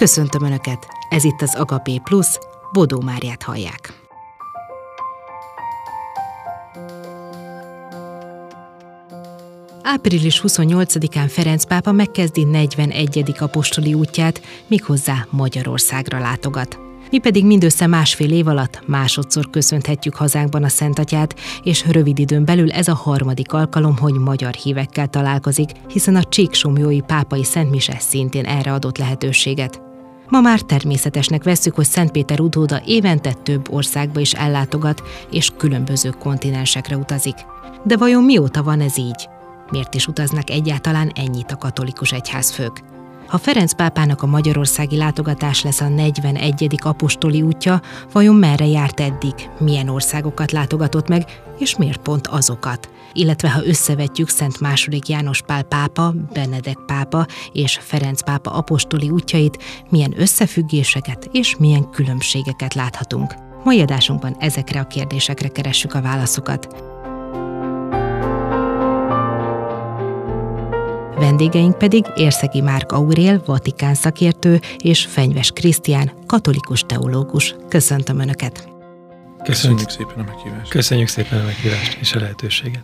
Köszöntöm Önöket, ez itt az Agapé Plusz, Bodó Máriát hallják. Április 28-án Ferenc pápa megkezdi 41. apostoli útját, méghozzá Magyarországra látogat. Mi pedig mindössze másfél év alatt másodszor köszönthetjük hazánkban a Szentatyát, és rövid időn belül ez a harmadik alkalom, hogy magyar hívekkel találkozik, hiszen a csíksomlyói pápai szentmise szintén erre adott lehetőséget. Ma már természetesnek vesszük, hogy Szentpéter utóda évente több országba is ellátogat, és különböző kontinensekre utazik. De vajon mióta van ez így? Miért is utaznak egyáltalán ennyit a katolikus egyházfők? Ha Ferenc pápának a magyarországi látogatás lesz a 41. apostoli útja, vajon merre járt eddig, milyen országokat látogatott meg, és miért pont azokat? Illetve ha összevetjük Szent II. János Pál pápa, Benedek pápa és Ferenc pápa apostoli útjait, milyen összefüggéseket és milyen különbségeket láthatunk. Mai adásunkban ezekre a kérdésekre keressük a válaszokat. Vendégeink pedig Érszegi Márk Aurél, Vatikán szakértő, és Fenyves Krisztián, katolikus teológus. Köszöntöm Önöket! Köszönjük szépen a meghívást! Köszönjük szépen a meghívást és a lehetőséget!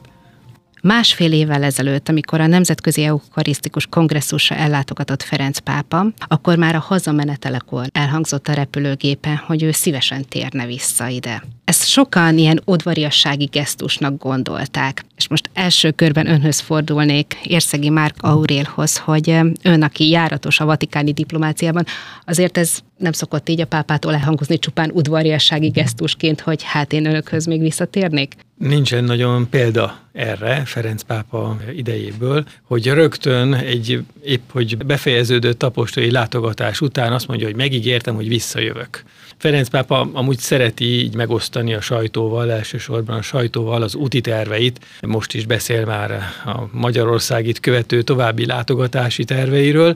Másfél évvel ezelőtt, amikor a Nemzetközi Eukarisztikus Kongresszusra ellátogatott Ferenc pápa, akkor már a hazamenetelekor elhangzott a repülőgépen, hogy ő szívesen térne vissza ide. Ezt sokan ilyen udvariassági gesztusnak gondolták. És most első körben önhöz fordulnék, Érszegi Márk Aurélhoz, hogy ön, aki járatos a vatikáni diplomáciában, azért ez nem szokott így a pápától elhangozni csupán udvariassági gesztusként, hogy hát én önökhöz még visszatérnék? Nincsen nagyon példa erre Ferenc pápa idejéből, hogy rögtön épp hogy befejeződött apostoli látogatás után azt mondja, hogy megígértem, hogy visszajövök. Ferenc pápa amúgy szereti így megosztani a sajtóval, elsősorban a sajtóval az úti terveit. Most is beszél már a Magyarországit követő további látogatási terveiről,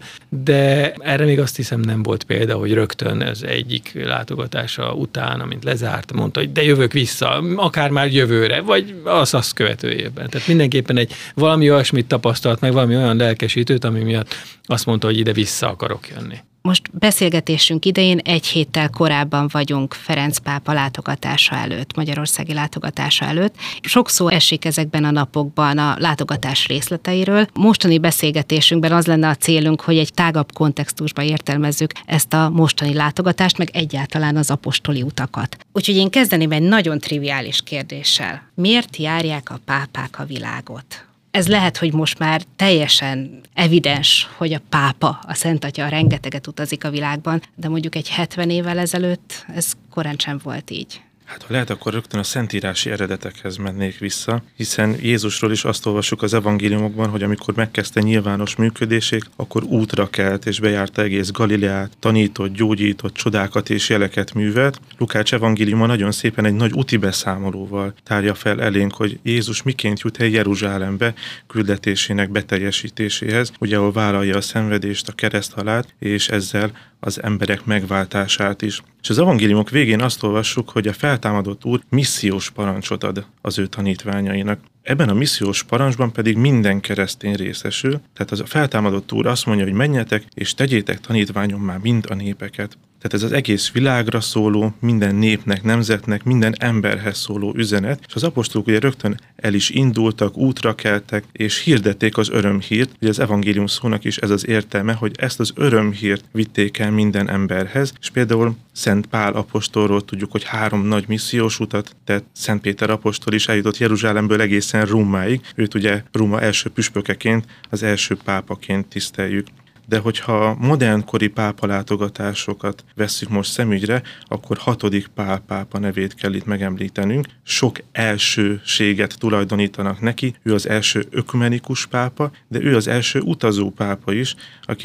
de erre még azt hiszem nem volt példa, hogy rögtön az egyik látogatása után, amint lezárt, mondta, hogy de jövök vissza, akár már jövőre, vagy azt követő évben. Tehát mindenképpen valami olyasmit tapasztalt meg, valami olyan lelkesítőt, ami miatt azt mondta, hogy ide vissza akarok jönni. Most beszélgetésünk idején egy héttel korábban vagyunk Ferenc pápa látogatása előtt, magyarországi látogatása előtt. Sok szó esik ezekben a napokban a látogatás részleteiről. Mostani beszélgetésünkben az lenne a célunk, hogy egy tágabb kontextusba értelmezzük ezt a mostani látogatást, meg egyáltalán az apostoli utakat. Úgyhogy én kezdeném egy nagyon triviális kérdéssel. Miért járják a pápák a világot? Ez lehet, hogy most már teljesen evidens, hogy a pápa, a Szentatya rengeteget utazik a világban, de mondjuk egy 70 évvel ezelőtt ez korán sem volt így. Hát ha lehet, akkor rögtön a szentírási eredetekhez mennék vissza, hiszen Jézusról is azt olvassuk az evangéliumokban, hogy amikor megkezdte nyilvános működését, akkor útra kelt és bejárta egész Galileát, tanított, gyógyított, csodákat és jeleket művelt. Lukács evangéliuma nagyon szépen egy nagy úti beszámolóval tárja fel elénk, hogy Jézus miként jut el Jeruzsálembe küldetésének beteljesítéséhez, ugye ahol vállalja a szenvedést, a kereszthalált, és ezzel az emberek megváltását is. És az evangéliumok végén azt olvassuk, hogy a feltámadott úr missziós parancsot ad az ő tanítványainak. Ebben a missziós parancsban pedig minden keresztény részesül, tehát az a feltámadott úr azt mondja, hogy menjetek és tegyétek tanítványommá mind a népeket. Tehát ez az egész világra szóló, minden népnek, nemzetnek, minden emberhez szóló üzenet, és az apostolok ugye rögtön el is indultak, útra keltek, és hirdették az örömhírt, ugye az evangélium szónak is ez az értelme, hogy ezt az örömhírt vitték el minden emberhez, és például Szent Pál apostolról tudjuk, hogy 3 nagy missziós utat tett, Szent Péter apostol is eljutott Jeruzsálemből egészen Rómáig, őt ugye Róma első püspökeként, az első pápaként tiszteljük. De hogyha modernkori pápalátogatásokat vesszük most szemügyre, akkor 6. Pál pápa nevét kell itt megemlítenünk. Sok elsőséget tulajdonítanak neki, ő az első ökumenikus pápa, de ő az első utazó pápa is, aki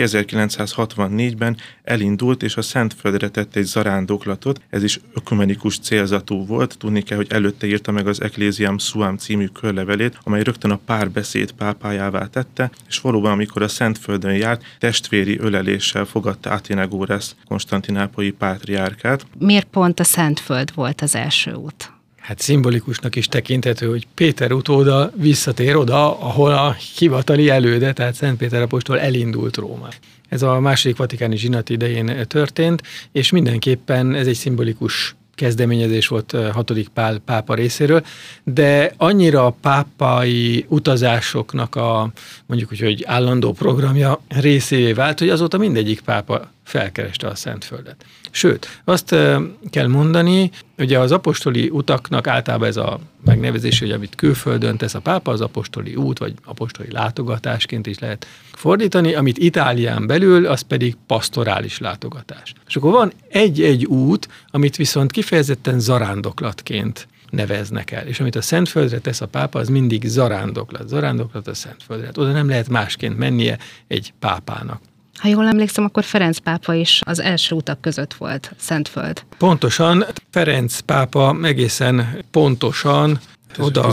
1964-ben elindult, és a Szentföldre tett egy zarándoklatot, ez is ökumenikus célzatú volt, tudni kell, hogy előtte írta meg az Ecclesiam Suam című körlevelét, amely rögtön a párbeszéd pápájává tette, és valóban, amikor a Szentföldön járt, testvéri öleléssel fogadta Athenagoras konstantinápolyi pátriárkát. Miért pont a Szentföld volt az első út? Hát szimbolikusnak is tekinthető, hogy Péter utóda visszatér oda, ahol a hivatali előde, tehát Szent Péter apostol elindult Rómába. Ez a második vatikáni zsinat idején történt, és mindenképpen ez egy szimbolikus kezdeményezés volt 6. Pál pápa részéről, de annyira a pápai utazásoknak a mondjuk úgy, hogy állandó programja részévé vált, hogy azóta mindegyik pápa felkereste a Szentföldet. Sőt, azt kell mondani, ugye az apostoli utaknak általában ez a megnevezés, hogy amit külföldön tesz a pápa, az apostoli út, vagy apostoli látogatásként is lehet fordítani, amit Itálián belül, az pedig pastorális látogatás. És akkor van egy-egy út, amit viszont kifejezetten zarándoklatként neveznek el. És amit a Szentföldre tesz a pápa, az mindig zarándoklat a Szentföldre. Hát oda nem lehet másként mennie egy pápának. Ha jól emlékszem, akkor Ferenc pápa is az első utak között volt Szentföld. Pontosan, Ferenc pápa egészen pontosan oda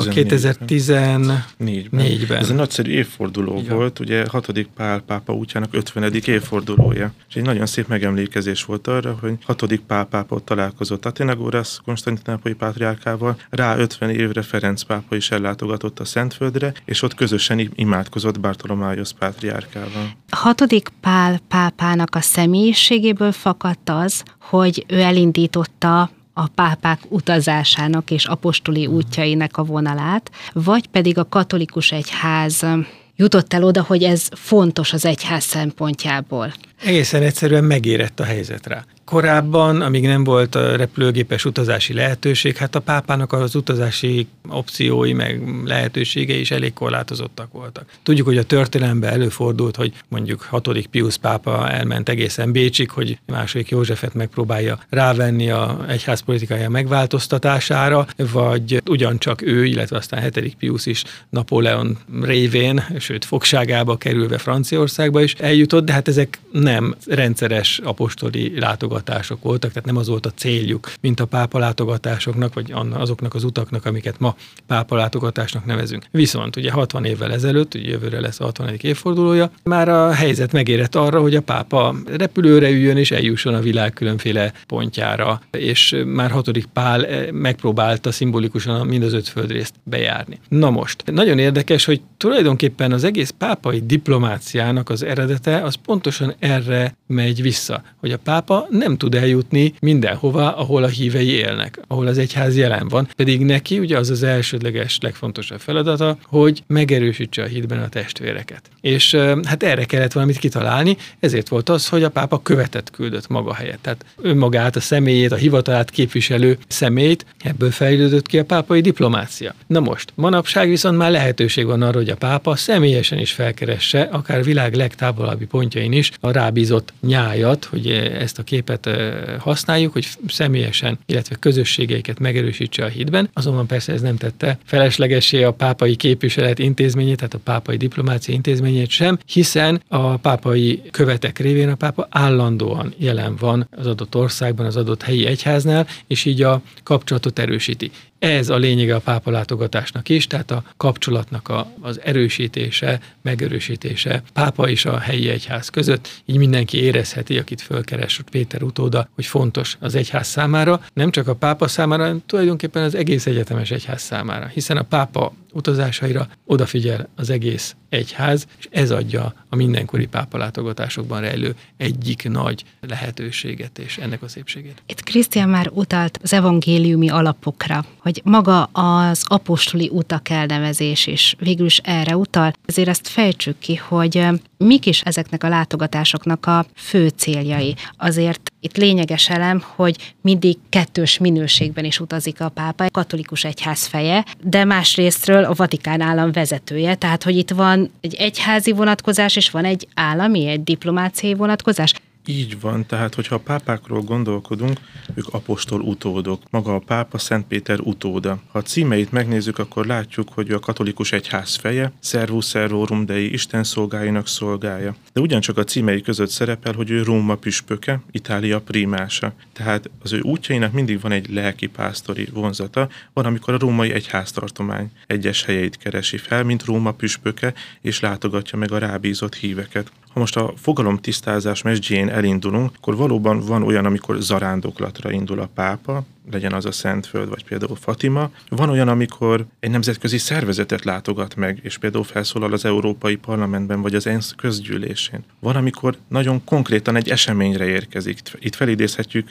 2014-ben. Ez egy nagyszerű évforduló volt, ugye 6. Pál pápa útjának 50. évfordulója. És egy nagyon szép megemlékezés volt arra, hogy 6. Pál pápa ott találkozott Athenagoras konstantinápolyi pátriárkával, rá 50 évre Ferenc pápa is ellátogatott a Szentföldre, és ott közösen imádkozott Bartolomájosz pátriárkával. 6. Pál pápának a személyiségéből fakadt az, hogy ő elindította a pápák utazásának és apostoli útjainak a vonalát, vagy pedig a katolikus egyház jutott el oda, hogy ez fontos az egyház szempontjából. Egészen egyszerűen megérett a helyzet rá. Korábban, amíg nem volt a repülőgépes utazási lehetőség, hát a pápának az utazási opciói meg lehetőségei is elég korlátozottak voltak. Tudjuk, hogy a történelemben előfordult, hogy mondjuk 6. Piusz pápa elment egészen Bécsig, hogy II. Józsefet megpróbálja rávenni a egyházpolitikája megváltoztatására, vagy ugyancsak ő, illetve aztán 7. Piusz is Napóleon révén, sőt fogságába kerülve Franciaországba is eljutott, de hát ezek nem rendszeres apostoli látogatások voltak, tehát nem az volt a céljuk, mint a pápa látogatásoknak, vagy azoknak az utaknak, amiket ma pápa látogatásnak nevezünk. Viszont ugye 60 évvel ezelőtt, ugye jövőre lesz a 60. évfordulója, már a helyzet megérett arra, hogy a pápa repülőre üljön és eljusson a világ különféle pontjára, és már 6. Pál megpróbálta szimbolikusan mind az 5 földrészt bejárni. Na most, nagyon érdekes, hogy tulajdonképpen az egész pápai diplomáciának az eredete az pontosan erre megy vissza, hogy a pápa nem tud eljutni mindenhova, ahol a hívei élnek, ahol az egyház jelen van, pedig neki ugye az az elsődleges, legfontosabb feladata, hogy megerősítse a hitben a testvéreket. És hát erre kellett valamit kitalálni, ezért volt az, hogy a pápa követet küldött maga helyett. Tehát önmagát, a személyét, a hivatalát képviselő személyt, ebből fejlődött ki a pápai diplomácia. Na most, manapság viszont már lehetőség van arra, hogy a pápa személyesen is felkeresse, akár a világ legtávolabbi pontjain is a rábízott nyájat, hogy ezt a képet használjuk, hogy személyesen, illetve közösségeiket megerősítse a hitben. Azonban persze ez nem tette feleslegessé a pápai képviselet intézményét, tehát a pápai diplomácia intézményét sem, hiszen a pápai követek révén a pápa állandóan jelen van az adott országban, az adott helyi egyháznál, és így a kapcsolatot erősíti. Ez a lényege a pápa látogatásnak is, tehát a kapcsolatnak az erősítése, megerősítése pápa és a helyi egyház között. Így mindenki érezheti, akit fölkeres Péter utóda, hogy fontos az egyház számára, nem csak a pápa számára, hanem tulajdonképpen az egész egyetemes egyház számára, hiszen a pápa utazásaira odafigyel az egész egyház, és ez adja a mindenkori pápa látogatásokban rejlő egyik nagy lehetőséget és ennek a szépségét. Itt Krisztián már utalt az evangéliumi alapokra, hogy maga az apostoli utak elnevezés is végül is erre utal. Ezért ezt fejtsük ki, hogy mik is ezeknek a látogatásoknak a fő céljai. Azért itt lényeges elem, hogy mindig kettős minőségben is utazik a pápa, a katolikus egyház feje, de másrésztről a Vatikán állam vezetője, tehát hogy itt van egy egyházi vonatkozás, és van egy állami, egy diplomáciai vonatkozás. Így van, tehát hogyha a pápákról gondolkodunk, ők apostol utódok. Maga a pápa Szent Péter utóda. Ha a címeit megnézzük, akkor látjuk, hogy ő a katolikus egyház feje, Servus Servorum Dei, Isten szolgáinak szolgája. De ugyancsak a címei között szerepel, hogy ő Róma püspöke, Itália primása. Tehát az ő útjainak mindig van egy lelkipásztori vonzata, van, amikor a római egyháztartomány egyes helyeit keresi fel, mint Róma püspöke, és látogatja meg a rábízott híveket. Ha most a fogalomtisztázás mezdjén elindulunk, akkor valóban van olyan, amikor zarándoklatra indul a pápa, legyen az a Szentföld, vagy például Fatima. Van olyan, amikor egy nemzetközi szervezetet látogat meg, és például felszólal az Európai Parlamentben, vagy az ENSZ közgyűlésén. Van, amikor nagyon konkrétan egy eseményre érkezik. Itt felidézhetjük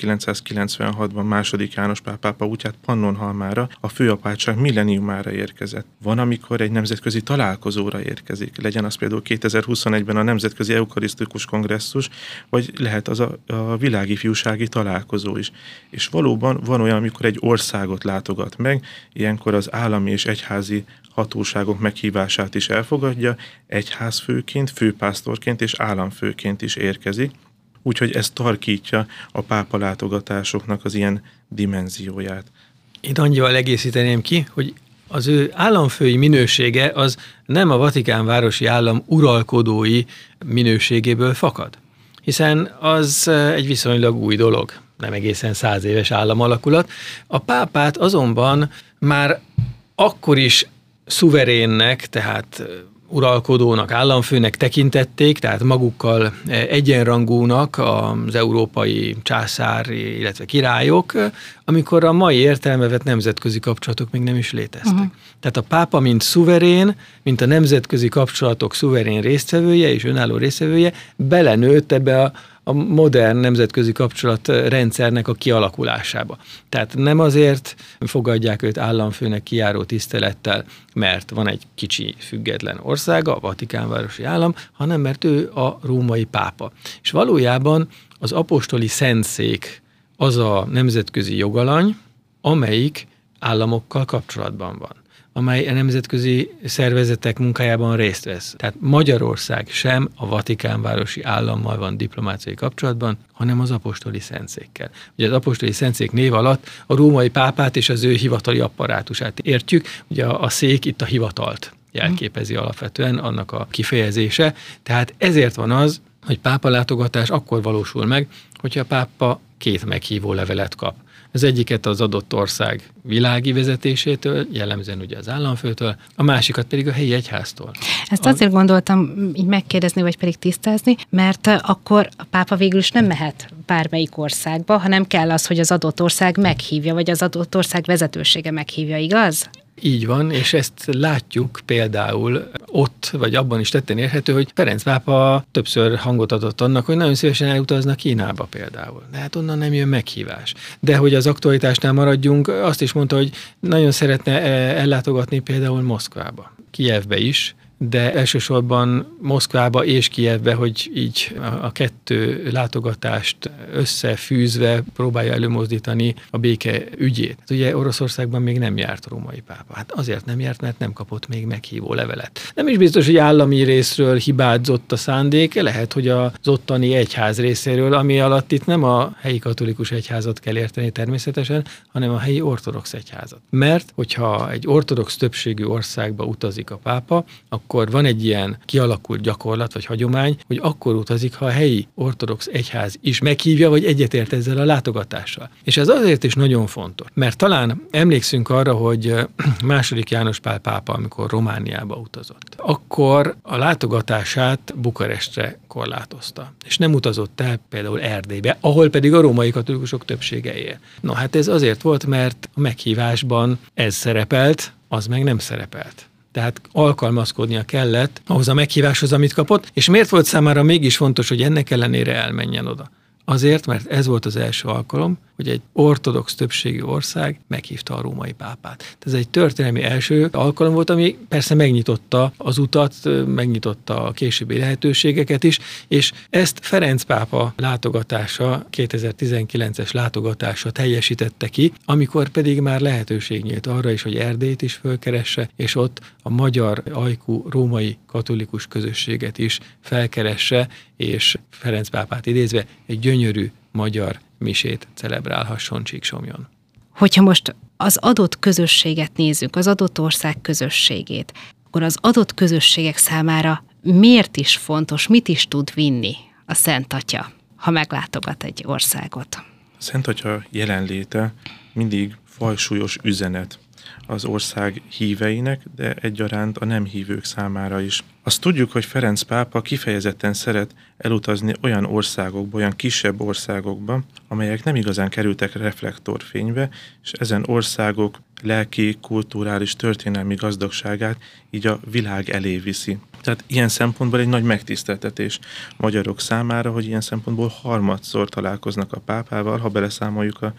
1996-ban II. János Pál pápa útját Pannonhalmára, a főapátság milleniumára érkezett. Van, amikor egy nemzetközi találkozóra érkezik. Legyen az például 2021-ben a Nemzetközi Eukarisztikus Kongresszus, vagy lehet az a világifjúsági találkozó is. És valóban van olyan, amikor egy országot látogat meg, ilyenkor az állami és egyházi hatóságok meghívását is elfogadja, egyházfőként, főpásztorként és államfőként is érkezik. Úgyhogy ez tarkítja a pápa látogatásoknak az ilyen dimenzióját. Itt annyival egészíteném ki, hogy az ő államfői minősége az nem a Vatikán városi állam uralkodói minőségéből fakad, hiszen az egy viszonylag új dolog, nem egészen 100 éves államalakulat. A pápát azonban már akkor is szuverénnek, tehát uralkodónak, államfőnek tekintették, tehát magukkal egyenrangúnak az európai császár, illetve királyok, amikor a mai értelembe vett nemzetközi kapcsolatok még nem is léteztek. Tehát a pápa, mint szuverén, mint a nemzetközi kapcsolatok szuverén résztvevője és önálló résztvevője belenőtt ebbe a modern nemzetközi kapcsolatrendszernek a kialakulásába. Tehát nem azért fogadják őt államfőnek kijáró tisztelettel, mert van egy kicsi független országa, a Vatikánvárosi állam, hanem mert ő a római pápa. És valójában az apostoli szentszék az a nemzetközi jogalany, amelyik államokkal kapcsolatban van, amely a nemzetközi szervezetek munkájában részt vesz. Tehát Magyarország sem a Vatikánvárosi állammal van diplomáciai kapcsolatban, hanem az apostoli szentszékkel. Ugye az apostoli szentszék név alatt a római pápát és az ő hivatali apparátusát értjük, ugye a szék itt a hivatalt jelképezi alapvetően annak a kifejezése. Tehát ezért van az, hogy pápalátogatás akkor valósul meg, hogyha a pápa 2 meghívó levelet kap. Az egyiket az adott ország világi vezetésétől, jellemzően ugye az államfőtől, a másikat pedig a helyi egyháztól. Ezt azért gondoltam így megkérdezni, vagy pedig tisztázni, mert akkor a pápa végül is nem mehet bármelyik országba, hanem kell az, hogy az adott ország meghívja, vagy az adott ország vezetősége meghívja, igaz? Így van, és ezt látjuk például ott, vagy abban is tetten érhető, hogy Ferenc pápa többször hangot adott annak, hogy nagyon szívesen elutazna Kínába például. De hát onnan nem jön meghívás. De hogy az aktualitásnál maradjunk, azt is mondta, hogy nagyon szeretne ellátogatni például Moszkvába, Kijevbe is, de elsősorban Moszkvába és Kijevbe, hogy így a 2 látogatást összefűzve próbálja előmozdítani a béke ügyét. Hát ugye Oroszországban még nem járt római pápa. Hát azért nem járt, mert nem kapott még meghívó levelet. Nem is biztos, hogy állami részről hibázott a szándék, lehet, hogy az ottani egyház részéről, ami alatt itt nem a helyi katolikus egyházat kell érteni természetesen, hanem a helyi ortodox egyházat. Mert hogyha egy ortodox többségű országba utazik a pápa, akkor van egy ilyen kialakult gyakorlat vagy hagyomány, hogy akkor utazik, ha a helyi ortodox egyház is meghívja, vagy egyetért ezzel a látogatással. És ez azért is nagyon fontos, mert talán emlékszünk arra, hogy II. János Pál pápa, amikor Romániába utazott, akkor a látogatását Bukarestre korlátozta, és nem utazott el például Erdélybe, ahol pedig a római katolikusok többsége él. No, hát ez azért volt, mert a meghívásban ez szerepelt, az meg nem szerepelt. Tehát alkalmazkodnia kellett ahhoz a meghíváshoz, amit kapott, és miért volt számára mégis fontos, hogy ennek ellenére elmenjen oda? Azért, mert ez volt az első alkalom, hogy egy ortodox többségű ország meghívta a római pápát. Ez egy történelmi első alkalom volt, ami persze megnyitotta az utat, megnyitotta a későbbi lehetőségeket is, és ezt Ferenc pápa látogatása, 2019-es látogatása teljesítette ki, amikor pedig már lehetőség nyílt arra is, hogy Erdélyt is fölkeresse, és ott a magyar ajkú római katolikus közösséget is felkeresse, és Ferenc pápát idézve egy gyönyörű magyar misét celebrálhasson Csíksomjon. Hogyha most az adott közösséget nézzük, az adott ország közösségét, akkor az adott közösségek számára miért is fontos, mit is tud vinni a Szent Atya, ha meglátogat egy országot? A Szent Atya jelenléte mindig fajsúlyos üzenet az ország híveinek, de egyaránt a nem hívők számára is. Azt tudjuk, hogy Ferenc pápa kifejezetten szeret elutazni olyan országokba, olyan kisebb országokba, amelyek nem igazán kerültek reflektorfénybe, és ezen országok lelki, kulturális, történelmi gazdagságát így a világ elé viszi. Tehát ilyen szempontból egy nagy megtiszteltetés magyarok számára, hogy ilyen szempontból harmadszor találkoznak a pápával, ha beleszámoljuk a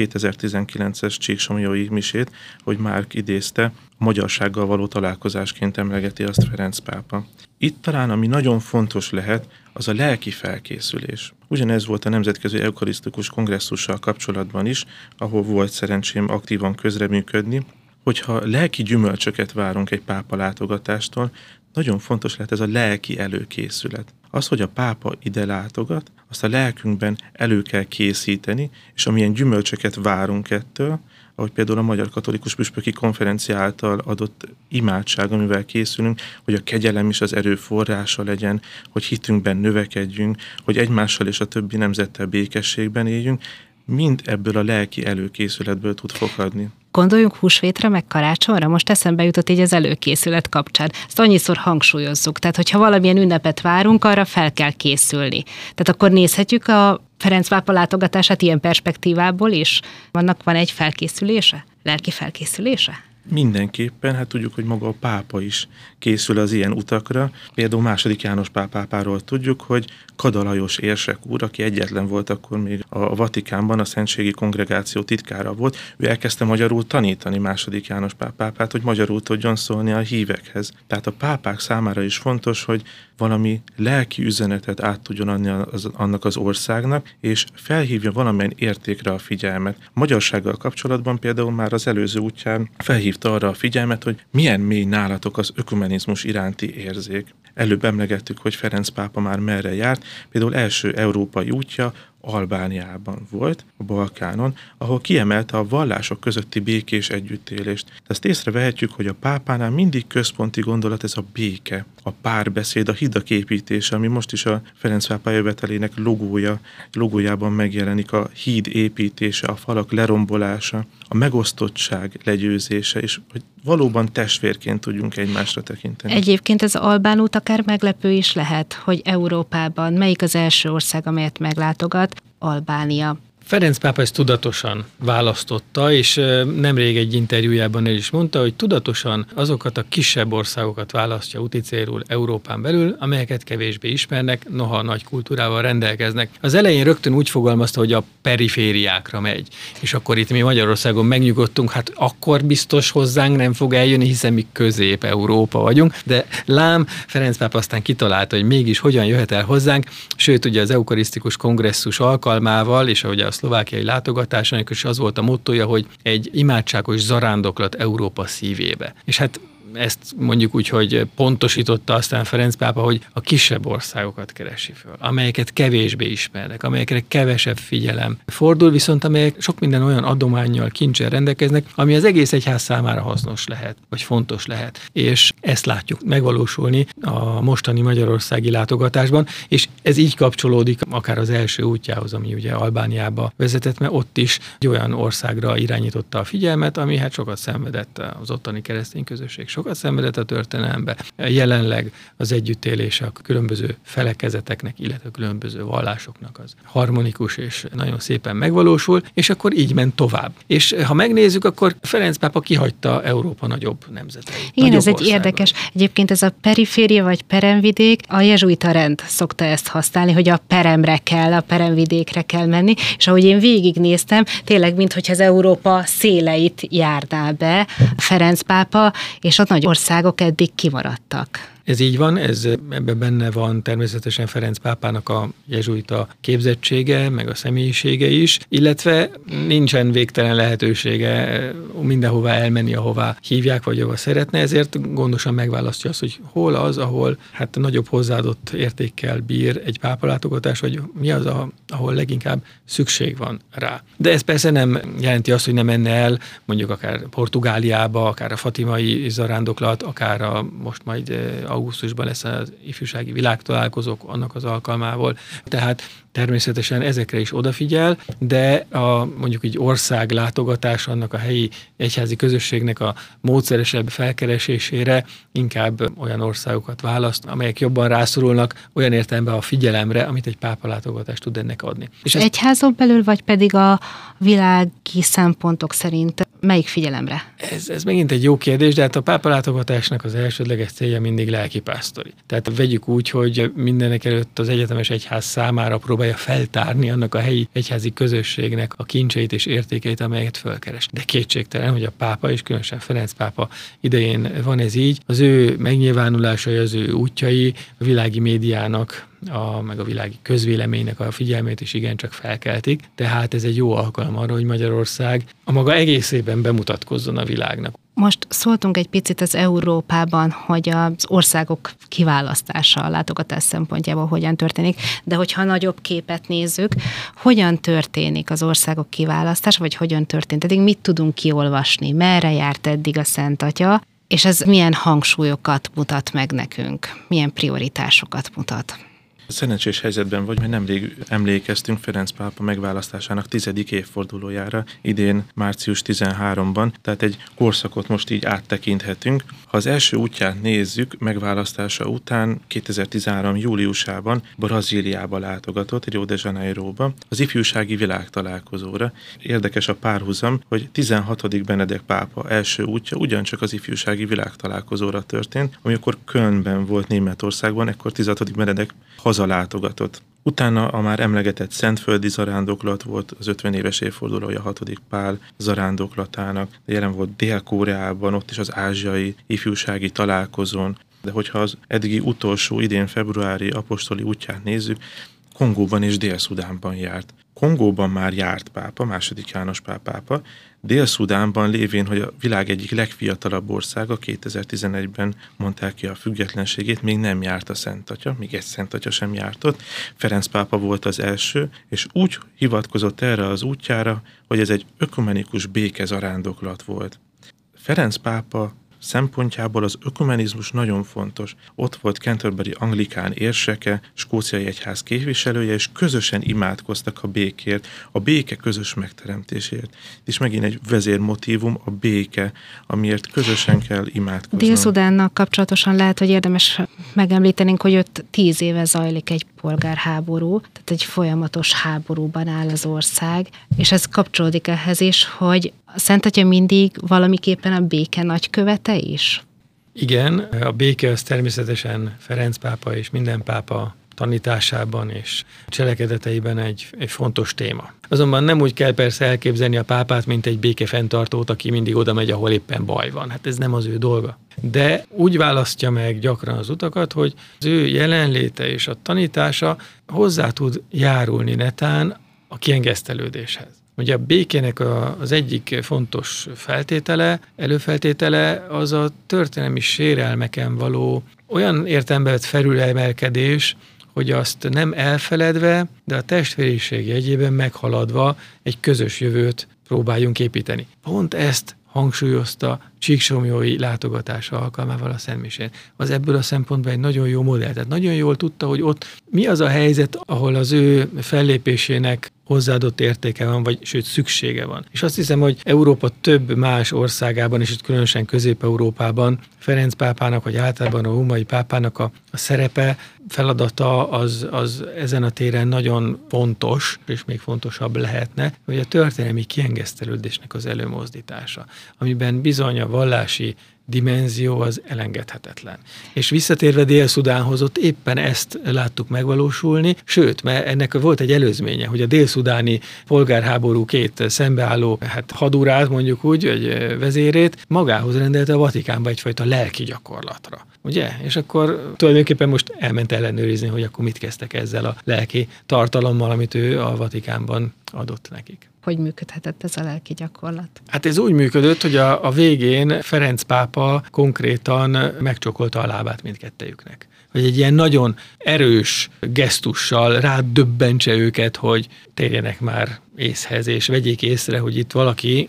2019-es csíksomlyói misét, hogy Márk idézte, a magyarsággal való találkozásként emlegeti azt Ferenc pápa. Itt talán, ami nagyon fontos lehet, az a lelki felkészülés. Ugyanez volt a Nemzetközi Eukarisztikus Kongresszussal kapcsolatban is, ahol volt szerencsém aktívan közreműködni, hogyha lelki gyümölcsöket várunk egy pápa látogatástól, nagyon fontos lehet ez a lelki előkészület. Az, hogy a pápa ide látogat, azt a lelkünkben elő kell készíteni, és amilyen gyümölcsöket várunk ettől, ahogy például a Magyar Katolikus Püspöki Konferencia által adott imádság, amivel készülünk, hogy a kegyelem is az erő forrása legyen, hogy hitünkben növekedjünk, hogy egymással és a többi nemzettel békességben éljünk, mind ebből a lelki előkészületből tud fakadni. Gondoljunk húsvétre, meg karácsonyra, most eszembe jutott így az előkészület kapcsán. Ezt annyiszor hangsúlyozzuk, tehát hogyha valamilyen ünnepet várunk, arra fel kell készülni. Tehát akkor nézhetjük a Ferenc pápa látogatását ilyen perspektívából is? Van egy felkészülése? Lelki felkészülése? Mindenképpen, hát tudjuk, hogy maga a pápa is készül az ilyen utakra. Például II. János pápáról tudjuk, hogy Kada Lajos érsek úr, aki egyetlen volt akkor még a Vatikánban, a Szentségi Kongregáció titkára volt, ő elkezdte magyarul tanítani II. János pápát, hogy magyarul tudjon szólni a hívekhez. Tehát a pápák számára is fontos, hogy valami lelki üzenetet át tudjon adni annak az országnak, és felhívja valamilyen értékre a figyelmet. Magyarsággal kapcsolatban például már az előző útján felhívta arra a figyelmet, hogy milyen mély nálatok az ökumenizmus iránti érzék. Előbb emlegettük, hogy Ferenc pápa már merre járt, például első európai útja Albániában volt, a Balkánon, ahol kiemelte a vallások közötti békés együttélést. Ezt észrevehetjük, hogy a pápánál mindig központi gondolat ez a béke, a párbeszéd, a hidak építése, ami most is a Ferenc pápa jövetelének logójában megjelenik, a híd építése, a falak lerombolása, a megosztottság legyőzése, és hogy valóban testvérként tudjunk egymásra tekinteni. Egyébként ez az albán út akár meglepő is lehet, hogy Európában melyik az első ország, amelyet meglátogat? Albánia. Ferenc pápa ezt tudatosan választotta, és nemrég egy interjújában el is mondta, hogy tudatosan azokat a kisebb országokat választja úti célul Európán belül, amelyeket kevésbé ismernek, noha nagy kultúrával rendelkeznek. Az elején rögtön úgy fogalmazta, hogy a perifériákra megy, és akkor itt mi Magyarországon megnyugodtunk, hát akkor biztos hozzánk nem fog eljönni, hiszen mi Közép-Európa vagyunk, de lám Ferenc pápa aztán kitalálta, hogy mégis hogyan jöhet el hozzánk, sőt ugye az eukarisztikus kongresszus alkalmával, és ahogy a szlovákiai látogatásának is az volt a mottója, hogy egy imádságos zarándoklat Európa szívébe. És hát ezt mondjuk úgy, hogy pontosította aztán Ferenc pápa, hogy a kisebb országokat keresi föl, amelyeket kevésbé ismernek, amelyekre kevesebb figyelem fordul, viszont amelyek sok minden olyan adománnyal, kincsel rendelkeznek, ami az egész egyház számára hasznos lehet, vagy fontos lehet. És ezt látjuk megvalósulni a mostani magyarországi látogatásban, és ez így kapcsolódik akár az első útjához, ami ugye Albániába vezetett, mert ott is egy olyan országra irányította a figyelmet, ami hát sokat szenvedett az ottani keresztény közösség, sokat szenvedett a történelembe. Jelenleg az együttélés a különböző felekezeteknek, illetve a különböző vallásoknak az harmonikus és nagyon szépen megvalósul, és akkor így ment tovább. És ha megnézzük, akkor Ferenc pápa kihagyta Európa nagyobb nemzeteit. Igen, ez egy érdekes. Egyébként ez a periféria vagy peremvidék, a jezsuita rend szokta ezt használni, hogy a peremre kell, a peremvidékre kell menni, és ahogy én végignéztem, tényleg minthogyha az Európa széleit járná be Ferenc pápa, és a nagy országok eddig kimaradtak. Ez így van, ebben benne van természetesen Ferenc pápának a jezsuita képzettsége, meg a személyisége is, illetve nincsen végtelen lehetősége mindenhová elmenni, ahová hívják, vagy ahova szeretne, ezért gondosan megválasztja azt, hogy hol az, ahol hát nagyobb hozzáadott értékkel bír egy pápalátogatás, vagy mi az, ahol leginkább szükség van rá. De ez persze nem jelenti azt, hogy nem menne el mondjuk akár Portugáliába, akár a fatimai zarándoklat, akár most majd augusztusban lesz az ifjúsági világtalálkozók annak az alkalmával. Tehát természetesen ezekre is odafigyel, de mondjuk így országlátogatás annak a helyi egyházi közösségnek a módszeresebb felkeresésére inkább olyan országokat választ, amelyek jobban rászorulnak olyan értelemben a figyelemre, amit egy pápalátogatás tud ennek adni. És egyházon belül, vagy pedig a világi szempontok szerint melyik figyelemre? Ez megint egy jó kérdés, de hát a pápalátogatásnak az elsődleges célja mindig lelkipásztori. Tehát vegyük úgy, hogy mindenekelőtt az egyetemes egyház számára próbálja feltárni annak a helyi egyházi közösségnek a kincseit és értékeit, amelyeket fölkeres. De kétségtelen, hogy a pápa, és különösen Ferenc pápa idején van ez így, az ő megnyilvánulásai, az ő útjai a világi médiának, meg a világi közvéleménynek a figyelmét is igencsak felkeltik, tehát ez egy jó alkalom arra, hogy Magyarország a maga egészében bemutatkozzon a világnak. Most szóltunk egy picit az Európában, hogy az országok kiválasztása a látogatás szempontjából hogyan történik, de hogyha nagyobb képet nézzük, hogyan történik az országok kiválasztása, vagy hogyan történt eddig, mit tudunk kiolvasni, merre járt eddig a Szent Atya, és ez milyen hangsúlyokat mutat meg nekünk, milyen prioritásokat mutat. Szerencsés helyzetben vagy, mert nemrég emlékeztünk Ferenc pápa megválasztásának 10. évfordulójára, idén március 13-ban, tehát egy korszakot most így áttekinthetünk. Ha az első útját nézzük, megválasztása után 2013. júliusában Brazíliába látogatott, Rio de Janeiroba, az ifjúsági világtalálkozóra. Érdekes a párhuzam, hogy 16. Benedek pápa első útja ugyancsak az ifjúsági világtalálkozóra történt, amikor Kölnben volt Németországban, ekkor 16. Benedek hazalátogatott. Utána a már emlegetett szentföldi zarándoklat volt az 50 éves évfordulója 6. Pál zarándoklatának, de jelen volt Dél-Koreában, ott is az ázsiai ifjúsági találkozón, de hogyha az eddigi utolsó idén februári apostoli útját nézzük, Kongóban és Dél-Szudánban járt. Kongóban már járt pápa, II. János Pál pápa, Dél-Szudánban lévén, hogy a világ egyik legfiatalabb országa, 2011-ben mondták ki a függetlenségét, még nem járt a Szent Atya, még egy Szent Atya sem járt ott. Ferenc pápa volt az első, és úgy hivatkozott erre az útjára, hogy ez egy ökumenikus békezarándoklat volt. Ferenc pápa szempontjából az ökumenizmus nagyon fontos. Ott volt Canterbury anglikán érseke, skóciai egyház képviselője, és közösen imádkoztak a békért, a béke közös megteremtésért. És megint egy vezérmotívum, a béke, amiért közösen kell imádkozni. Dél-Szudánnal kapcsolatosan lehet, hogy érdemes megemlítenünk, hogy ott 10 éve zajlik egy polgárháború, tehát egy folyamatos háborúban áll az ország, és ez kapcsolódik ehhez is, hogy a Szent Atya mindig valamiképpen a béke nagykövete is? Igen, a béke az természetesen Ferenc pápa és minden pápa tanításában és cselekedeteiben egy fontos téma. Azonban nem úgy kell persze elképzelni a pápát, mint egy békefenntartót, aki mindig oda megy, ahol éppen baj van. Hát ez nem az ő dolga. De úgy választja meg gyakran az utakat, hogy az ő jelenléte és a tanítása hozzá tud járulni netán a kiengesztelődéshez. Ugye a békének az egyik fontos előfeltétele az a történelmi sérelmeken való olyan értelemben vett felülemelkedés, hogy azt nem elfeledve, de a testvériség jegyében meghaladva egy közös jövőt próbáljunk építeni. Pont ezt hangsúlyozta csíksomlyói látogatása alkalmával a Szentmisén. Az ebből a szempontból egy nagyon jó modell. Tehát nagyon jól tudta, hogy ott mi az a helyzet, ahol az ő fellépésének hozzáadott értéke van, vagy sőt szüksége van. És azt hiszem, hogy Európa több más országában, és itt különösen Közép-Európában Ferenc pápának, vagy általában a római pápának a szerepe, feladata az ezen a téren nagyon fontos, és még fontosabb lehetne, hogy a történelmi kiengesztelődésnek az előmozdítása, amiben bizony a vallási dimenzió az elengedhetetlen. És visszatérve Dél-Szudánhoz, ott éppen ezt láttuk megvalósulni, sőt, mert ennek volt egy előzménye, hogy a dél-szudáni polgárháború két szembeálló hadurát, mondjuk úgy, egy vezérét magához rendelte a Vatikánba egyfajta lelki gyakorlatra. Ugye? És akkor tulajdonképpen most elment ellenőrizni, hogy akkor mit kezdtek ezzel a lelki tartalommal, amit ő a Vatikánban adott nekik. Hogy működhetett ez a lelki gyakorlat? Hát ez úgy működött, hogy a végén Ferenc pápa konkrétan megcsokolta a lábát mindkettejüknek. Hogy egy ilyen nagyon erős gesztussal rádöbbentse őket, hogy térjenek már észhez, és vegyék észre, hogy itt valaki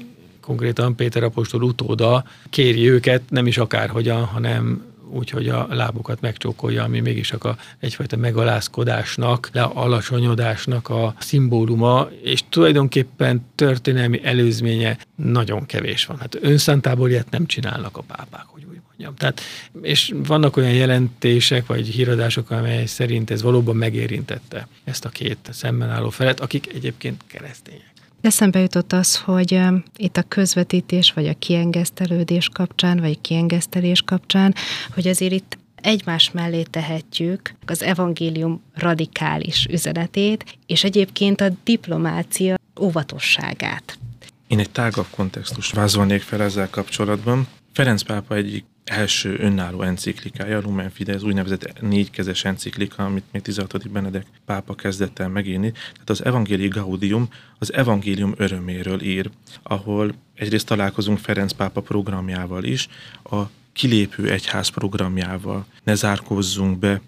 konkrétan Péter apostol utóda kéri őket, nem is akárhogyan, hanem úgy, hogy a lábukat megcsókolja, ami mégis csak egyfajta megalázkodásnak, alacsonyodásnak a szimbóluma, és tulajdonképpen történelmi előzménye nagyon kevés van. Hát önszántából ilyet nem csinálnak a pápák, hogy úgy mondjam. Tehát, és vannak olyan jelentések, vagy híradások, amely szerint ez valóban megérintette ezt a két szemben álló felet, akik egyébként keresztények. Eszembe jutott az, hogy itt a közvetítés, vagy a kiengesztelődés kapcsán, vagy kiengesztelés kapcsán, hogy azért itt egymás mellé tehetjük az evangélium radikális üzenetét, és egyébként a diplomácia óvatosságát. Én egy tágabb kontextust vázolnék fel ezzel kapcsolatban. Ferenc pápa egyik első önálló enciklikája, a Lumen Fidei, az úgynevezett 4 kezes enciklika, amit még 16. Benedek pápa kezdett el megírni. Tehát az Evangelii Gaudium az evangélium öröméről ír, ahol egyrészt találkozunk Ferenc pápa programjával is, a kilépő egyház programjával. Ne zárkózzunk be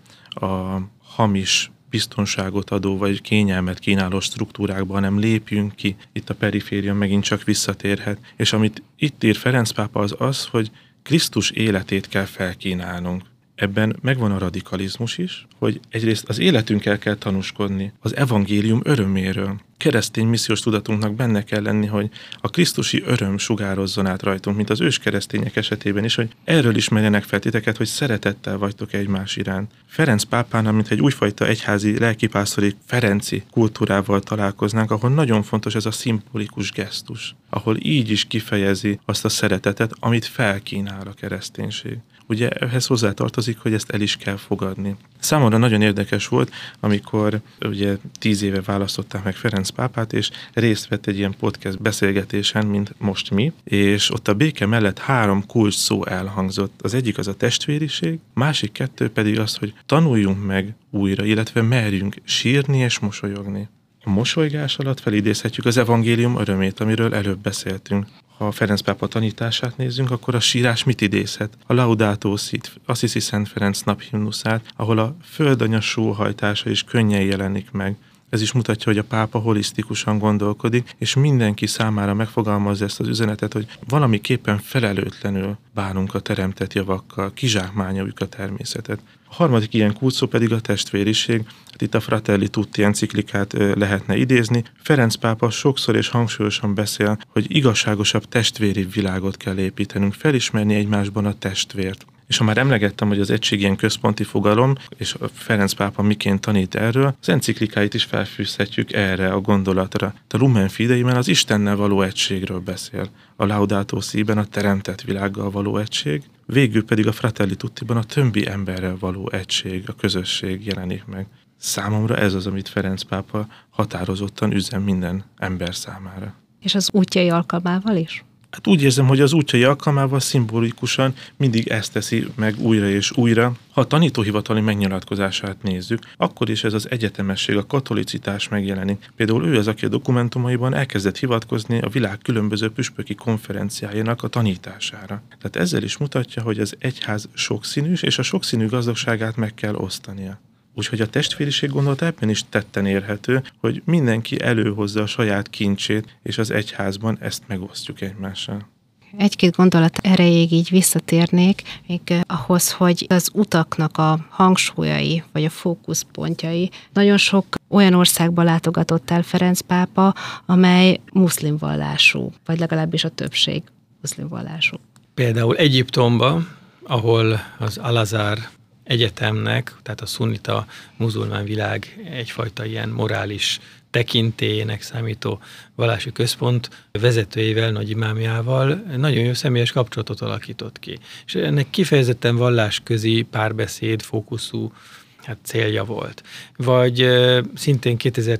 a hamis biztonságot adó vagy kényelmet kínáló struktúrákba, hanem lépjünk ki, itt a periféria megint csak visszatérhet. És amit itt ír Ferenc pápa az, hogy Krisztus életét kell felkínálnunk. Ebben megvan a radikalizmus is, hogy egyrészt az életünkkel kell tanúskodni, az evangélium öröméről. Keresztény missziós tudatunknak benne kell lenni, hogy a krisztusi öröm sugározzon át rajtunk, mint az őskeresztények esetében is, hogy erről ismerjenek fel titeket, hogy szeretettel vagytok egymás iránt. Ferenc pápának, mint egy újfajta egyházi lelkipásztori ferenci kultúrával találkoznánk, ahol nagyon fontos ez a szimbolikus gesztus, ahol így is kifejezi azt a szeretetet, amit felkínál a kereszténység. Ugye ehhez hozzátartozik, hogy ezt el is kell fogadni. Számomra nagyon érdekes volt, amikor ugye 10 éve választották meg Ferenc pápát, és részt vett egy ilyen podcast beszélgetésen, mint most mi, és ott a béke mellett 3 kulcs szó elhangzott. Az egyik az a testvériség, másik 2 pedig az, hogy tanuljunk meg újra, illetve merjünk sírni és mosolyogni. A mosolygás alatt felidézhetjük az evangélium örömét, amiről előbb beszéltünk. Ha Ferenc pápa tanítását nézzünk, akkor a sírás mit idézhet? A Laudato Sit, Assisi Szent Ferenc naphimnuszát, ahol a földanya sóhajtása is könnyen jelenik meg. Ez is mutatja, hogy a pápa holisztikusan gondolkodik, és mindenki számára megfogalmazza ezt az üzenetet, hogy valamiképpen felelőtlenül bánunk a teremtett javakkal, kizsákmányoljuk a természetet. A harmadik ilyen kulcsszó pedig a testvériség. Hát itt a Fratelli Tutti enciklikát lehetne idézni. Ferenc pápa sokszor és hangsúlyosan beszél, hogy igazságosabb testvéri világot kell építenünk, felismerni egymásban a testvért. És ha már emlegettem, hogy az egység ilyen központi fogalom, és a Ferenc pápa miként tanít erről, az enciklikáit is felfűzhetjük erre a gondolatra. A Lumen Fideiben az Istennel való egységről beszél, a Laudato Si-ben a teremtett világgal való egység, végül pedig a Fratelli Tuttiban a többi emberrel való egység, a közösség jelenik meg. Számomra ez az, amit Ferenc pápa határozottan üzen minden ember számára. És az útjai alkalmával is? Hát úgy érzem, hogy az útjai alkalmával szimbolikusan mindig ezt teszi meg újra és újra. Ha a tanítóhivatali megnyilatkozását nézzük, akkor is ez az egyetemesség, a katolicitás megjelenik. Például ő az, aki a dokumentumaiban elkezdett hivatkozni a világ különböző püspöki konferenciájának a tanítására. Tehát ezzel is mutatja, hogy az egyház sokszínűs, és a sokszínű gazdagságát meg kell osztania. Úgyhogy a testvériség gondolat ebben is tetten érhető, hogy mindenki előhozza a saját kincsét, és az egyházban ezt megosztjuk egymással. Egy-két gondolat erejéig így visszatérnék, még ahhoz, hogy az utaknak a hangsúlyai, vagy a fókuszpontjai. Nagyon sok olyan országba látogatott el Ferenc pápa, amely muszlim vallású, vagy legalábbis a többség muszlim vallású. Például Egyiptomba, ahol az Al-Azhar egyetemnek, tehát a szunnita muzulmán világ egyfajta ilyen morális tekintélyének számító vallási központ vezetőjével, nagyimámjával nagyon jó személyes kapcsolatot alakított ki. És ennek kifejezetten vallásközi párbeszéd fókuszú célja volt. Vagy szintén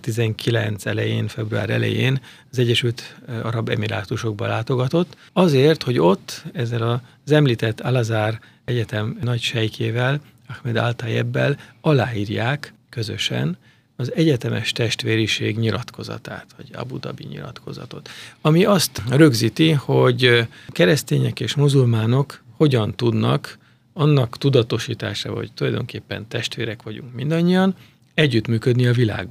2019 elején, február elején az Egyesült Arab Emirátusokba látogatott, azért, hogy ott ezzel az említett Al-Azhar egyetem nagy sejkével, Ahmed Al-Tayebbel aláírják közösen az egyetemes testvériség nyilatkozatát, vagy Abu Dhabi nyilatkozatot, ami azt rögzíti, hogy keresztények és muzulmánok hogyan tudnak annak tudatosítása, hogy tulajdonképpen testvérek vagyunk mindannyian, együttműködni a világban.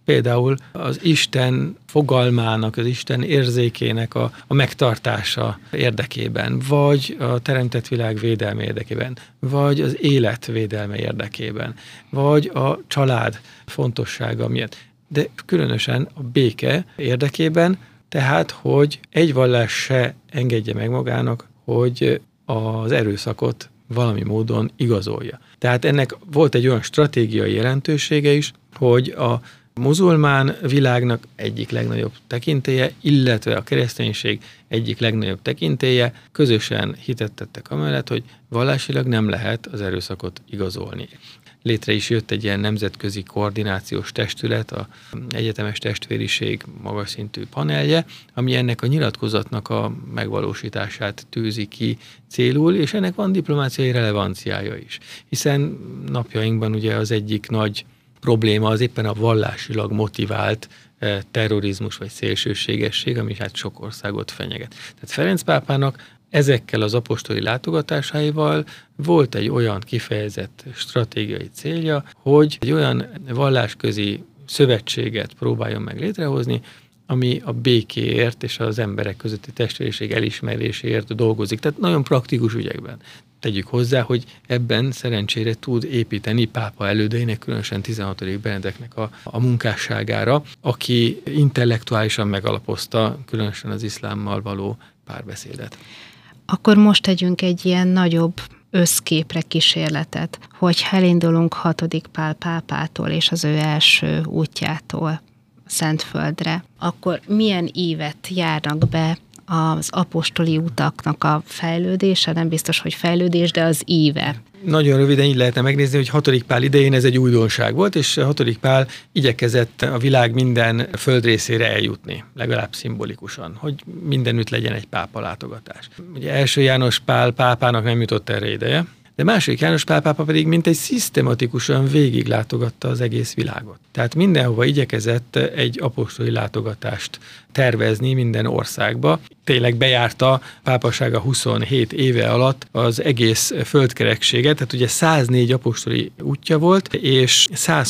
például az Isten fogalmának, az Isten érzékének a megtartása érdekében, vagy a teremtett világ védelme érdekében, vagy az élet védelme érdekében, vagy a család fontossága miatt. De különösen a béke érdekében, tehát, hogy egy vallás se engedje meg magának, hogy az erőszakot valami módon igazolja. Tehát ennek volt egy olyan stratégiai jelentősége is, hogy a muzulmán világnak egyik legnagyobb tekintélye, illetve a kereszténység egyik legnagyobb tekintélye közösen hitet tettek amellett, hogy vallásilag nem lehet az erőszakot igazolni. Létre is jött egy ilyen nemzetközi koordinációs testület, az Egyetemes Testvériség magas szintű panelje, ami ennek a nyilatkozatnak a megvalósítását tűzi ki célul, és ennek van diplomáciai relevanciája is. Hiszen napjainkban ugye az egyik nagy probléma az éppen a vallásilag motivált terrorizmus vagy szélsőségesség, ami hát sok országot fenyeget. Tehát Ferenc pápának ezekkel az apostoli látogatásaival volt egy olyan kifejezett stratégiai célja, hogy egy olyan vallásközi szövetséget próbáljon meg létrehozni, ami a békéért és az emberek közötti testvériség elismeréséért dolgozik. Tehát nagyon praktikus ügyekben. Tegyük hozzá, hogy ebben szerencsére tud építeni pápa elődeinek, különösen 16. Benedeknek a munkásságára, aki intellektuálisan megalapozta különösen az iszlámmal való párbeszédet. Akkor most tegyünk egy ilyen nagyobb összképre kísérletet, hogy elindulunk 6. Pál pápától és az ő első útjától Szentföldre, akkor milyen ívet járnak be az apostoli utaknak a fejlődése, nem biztos, hogy fejlődés, de az íve. Nagyon röviden így lehetne megnézni, hogy 6. Pál idején ez egy újdonság volt, és 6. Pál igyekezett a világ minden földrészére eljutni, legalább szimbolikusan, hogy mindenütt legyen egy pápa látogatás. Ugye első János Pál pápának nem jutott erre ideje, de második János Pál pápa pedig mintegy szisztematikusan végiglátogatta az egész világot. Tehát mindenhova igyekezett egy apostoli látogatást tervezni minden országba. Tényleg bejárta pápasága 27 éve alatt az egész földkerekséget, tehát ugye 104 apostoli útja volt, és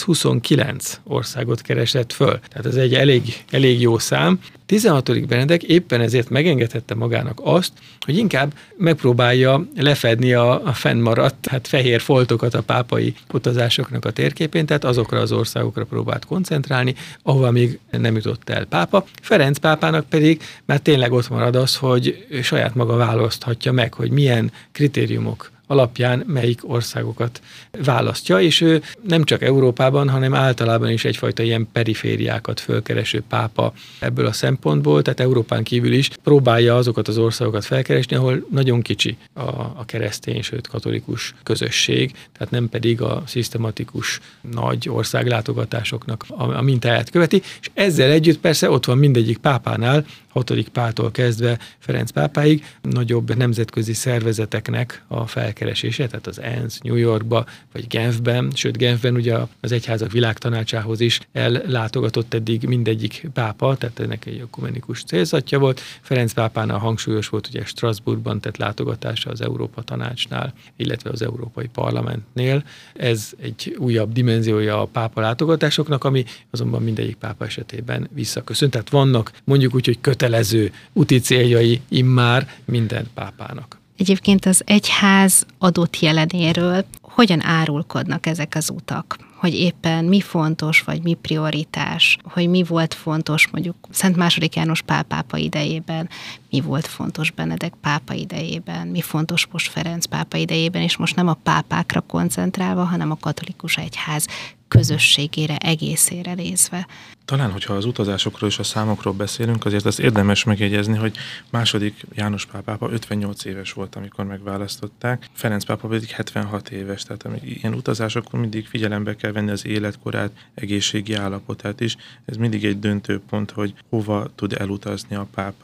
129 országot keresett föl. Tehát ez egy elég jó szám. 16. Benedek éppen ezért megengedhette magának azt, hogy inkább megpróbálja lefedni a fennmaradt fehér foltokat a pápai utazásoknak a térképén, tehát azokra az országokra próbált koncentrálni, ahova még nem jutott el pápa. Ferenc pápának pedig már tényleg ott marad az, hogy saját maga választhatja meg, hogy milyen kritériumok alapján melyik országokat választja, és ő nem csak Európában, hanem általában is egyfajta ilyen perifériákat fölkereső pápa ebből a szempontból, tehát Európán kívül is próbálja azokat az országokat felkeresni, ahol nagyon kicsi a keresztény, sőt katolikus közösség, tehát nem pedig a szisztematikus nagy országlátogatásoknak a mintáját követi, és ezzel együtt persze ott van mindegyik pápánál, 6. Páltól kezdve Ferenc pápáig nagyobb nemzetközi szervezeteknek a felkeresése, tehát az ENSZ New Yorkba, vagy Genfben, sőt Genfben ugye az Egyházak Világtanácsához is ellátogatott eddig mindegyik pápa, tehát ennek egy ökumenikus célzatja volt. Ferenc pápánál hangsúlyos volt ugye Strasbourgban tett látogatása az Európa Tanácsnál, illetve az Európai Parlamentnél. Ez egy újabb dimenziója a pápa látogatásoknak, ami azonban mindegyik pápa esetében visszaköszön. Tehát vannak mondjuk úgy, hogy kötelező úti céljai immár minden pápának. Egyébként az egyház adott jelenéről hogyan árulkodnak ezek az utak? Hogy éppen mi fontos, vagy mi prioritás, hogy mi volt fontos mondjuk Szent II. János Pál pápa idejében, mi volt fontos Benedek pápa idejében, mi fontos most Ferenc pápa idejében, és most nem a pápákra koncentrálva, hanem a katolikus egyház közösségére, egészére nézve. Talán, hogyha az utazásokról és a számokról beszélünk, azért az érdemes megjegyezni, hogy II. János Pál pápa 58 éves volt, amikor megválasztották, Ferenc pápa pedig 76 éves, tehát ilyen utazásokon mindig figyelembe kell venni az életkorát, egészségi állapotát is. Ez mindig egy döntő pont, hogy hova tud elutazni a pápa.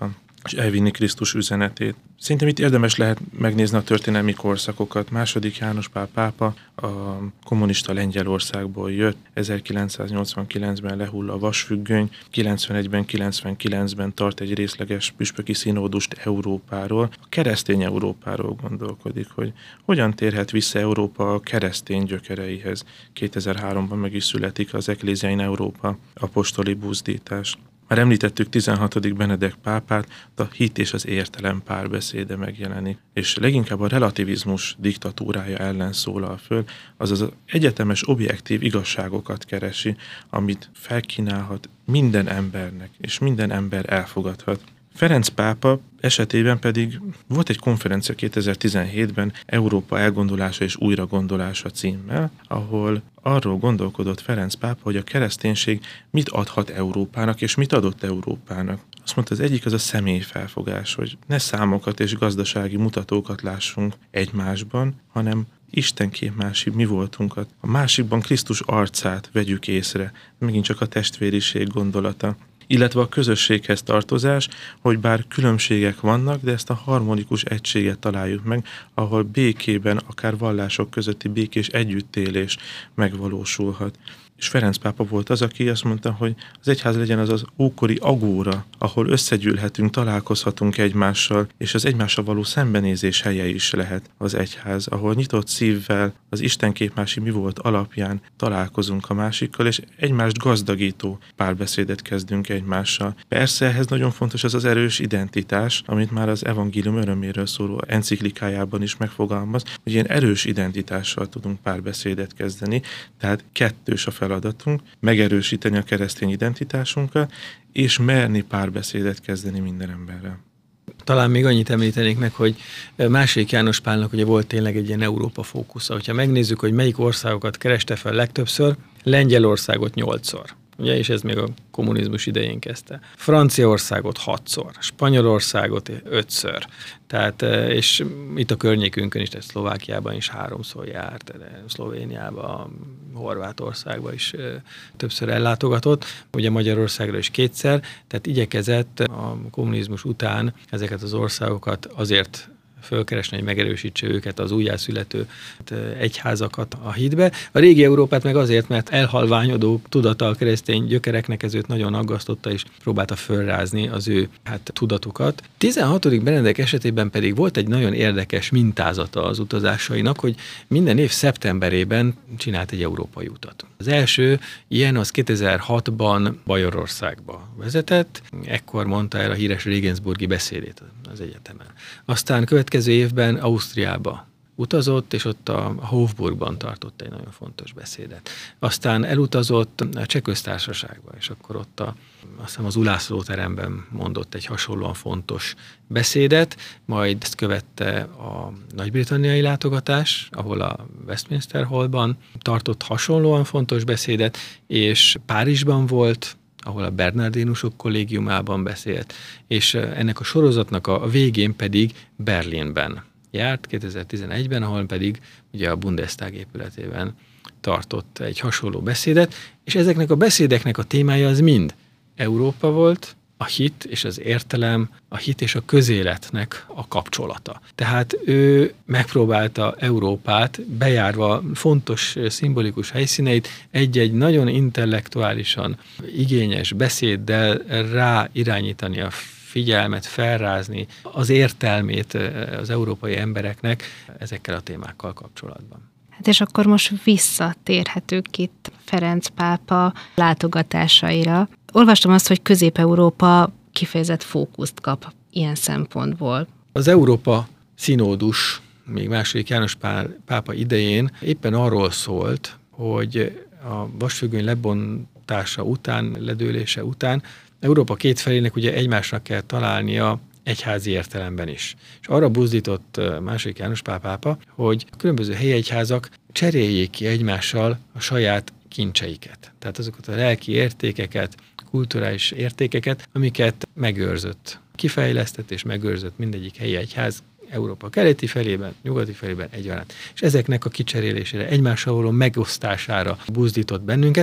és elvinni Krisztus üzenetét. Szerintem itt érdemes lehet megnézni a történelmi korszakokat. II. János Pál pápa a kommunista Lengyelországból jött, 1989-ben lehull a vasfüggöny, 91-ben, 99-ben tart egy részleges püspöki színódust Európáról, a keresztény Európáról gondolkodik, hogy hogyan térhet vissza Európa a keresztény gyökereihez. 2003-ban meg is születik az Ecclesia in Europa apostoli buzdítás. Már említettük 16. Benedek pápát, a hit és az értelem párbeszéde megjelenik, és leginkább a relativizmus diktatúrája ellen szólal föl, azaz az egyetemes objektív igazságokat keresi, amit felkínálhat minden embernek, és minden ember elfogadhat. Ferenc pápa esetében pedig volt egy konferencia 2017-ben Európa elgondolása és újragondolása címmel, ahol arról gondolkodott Ferenc pápa, hogy a kereszténység mit adhat Európának, és mit adott Európának. Azt mondta, az egyik az a személyfelfogás, hogy ne számokat és gazdasági mutatókat lássunk egymásban, hanem Isten képmásib mi voltunkat. A másikban Krisztus arcát vegyük észre, megint csak a testvériség gondolata. Illetve a közösséghez tartozás, hogy bár különbségek vannak, de ezt a harmonikus egységet találjuk meg, ahol békében, akár vallások közötti békés együttélés megvalósulhat. És Ferenc pápa volt az, aki azt mondta, hogy az egyház legyen az ókori agóra, ahol összegyűlhetünk, találkozhatunk egymással, és az egymással való szembenézés helye is lehet az egyház, ahol nyitott szívvel az Isten képmási mi volt alapján találkozunk a másikkal, és egymást gazdagító párbeszédet kezdünk egymással. Persze ehhez nagyon fontos az erős identitás, amit már az evangélium öröméről szóló enciklikájában is megfogalmaz, hogy ilyen erős identitással tudunk párbeszédet kezdeni, tehát kettős a feladatunk, megerősíteni a keresztény identitásunkat, és merni párbeszédet kezdeni minden emberrel. Talán még annyit említenék meg, hogy II. János Pálnak ugye volt tényleg egy ilyen Európa fókusza. Hogyha megnézzük, hogy melyik országokat kereste fel legtöbbször, Lengyelországot 8-szor. Ugye, és ez még a kommunizmus idején kezdte. Franciaországot 6-szor, Spanyolországot 5-ször, tehát, és itt a környékünkön is, tehát Szlovákiában is 3-szor járt, Szlovéniában, Horvátországban is többször ellátogatott, ugye Magyarországra is 2-szer, tehát igyekezett a kommunizmus után ezeket az országokat azért fölkeresni, hogy megerősítse őket, az újjászülető egyházakat a hitbe. A régi Európát meg azért, mert elhalványodó tudata a keresztény gyökereknek ez őt nagyon aggasztotta, és próbálta fölrázni az ő tudatukat. 16. Benedek esetében pedig volt egy nagyon érdekes mintázata az utazásainak, hogy minden év szeptemberében csinált egy európai utat. Az első ilyen az 2006-ban Bajorországba vezetett, ekkor mondta el a híres Regensburgi beszédét az egyetemen. Aztán következő évben Ausztriába utazott, és ott a Hofburgban tartott egy nagyon fontos beszédet. Aztán elutazott a Cseh Köztársaságba, és akkor ott azt hiszem az Ulászló teremben mondott egy hasonlóan fontos beszédet, majd ezt követte a nagy-britanniai látogatás, ahol a Westminster Hallban tartott hasonlóan fontos beszédet, és Párizsban volt, ahol a Bernardinusok kollégiumában beszélt, és ennek a sorozatnak a végén pedig Berlinben járt, 2011-ben, ahol pedig ugye a Bundestag épületében tartott egy hasonló beszédet, és ezeknek a beszédeknek a témája az mind Európa volt, a hit és az értelem, a hit és a közéletnek a kapcsolata. Tehát ő megpróbálta Európát, bejárva fontos, szimbolikus helyszíneit, egy-egy nagyon intellektuálisan igényes beszéddel rá irányítani a figyelmet, felrázni az értelmét az európai embereknek ezekkel a témákkal kapcsolatban. Hát és akkor most visszatérhetünk itt Ferenc pápa látogatásaira. Olvastam azt, hogy Közép-Európa kifejezett fókuszt kap ilyen szempontból. Az Európa Szinódus még II. János pápa idején éppen arról szólt, hogy a vasfüggöny lebontása után, ledőlése után Európa két felének ugye egymásnak kell találnia egyházi értelemben is. És arra buzdított II. János Pál pápa, hogy a különböző helyi egyházak cseréljék ki egymással a saját kincseiket. Tehát azokat a lelki értékeket, kulturális értékeket, amiket megőrzött, kifejlesztett és megőrzött mindegyik helyi egyház Európa keleti felében, nyugati felében egyaránt. És ezeknek a kicserélésére, egymással való megosztására buzdított bennünket.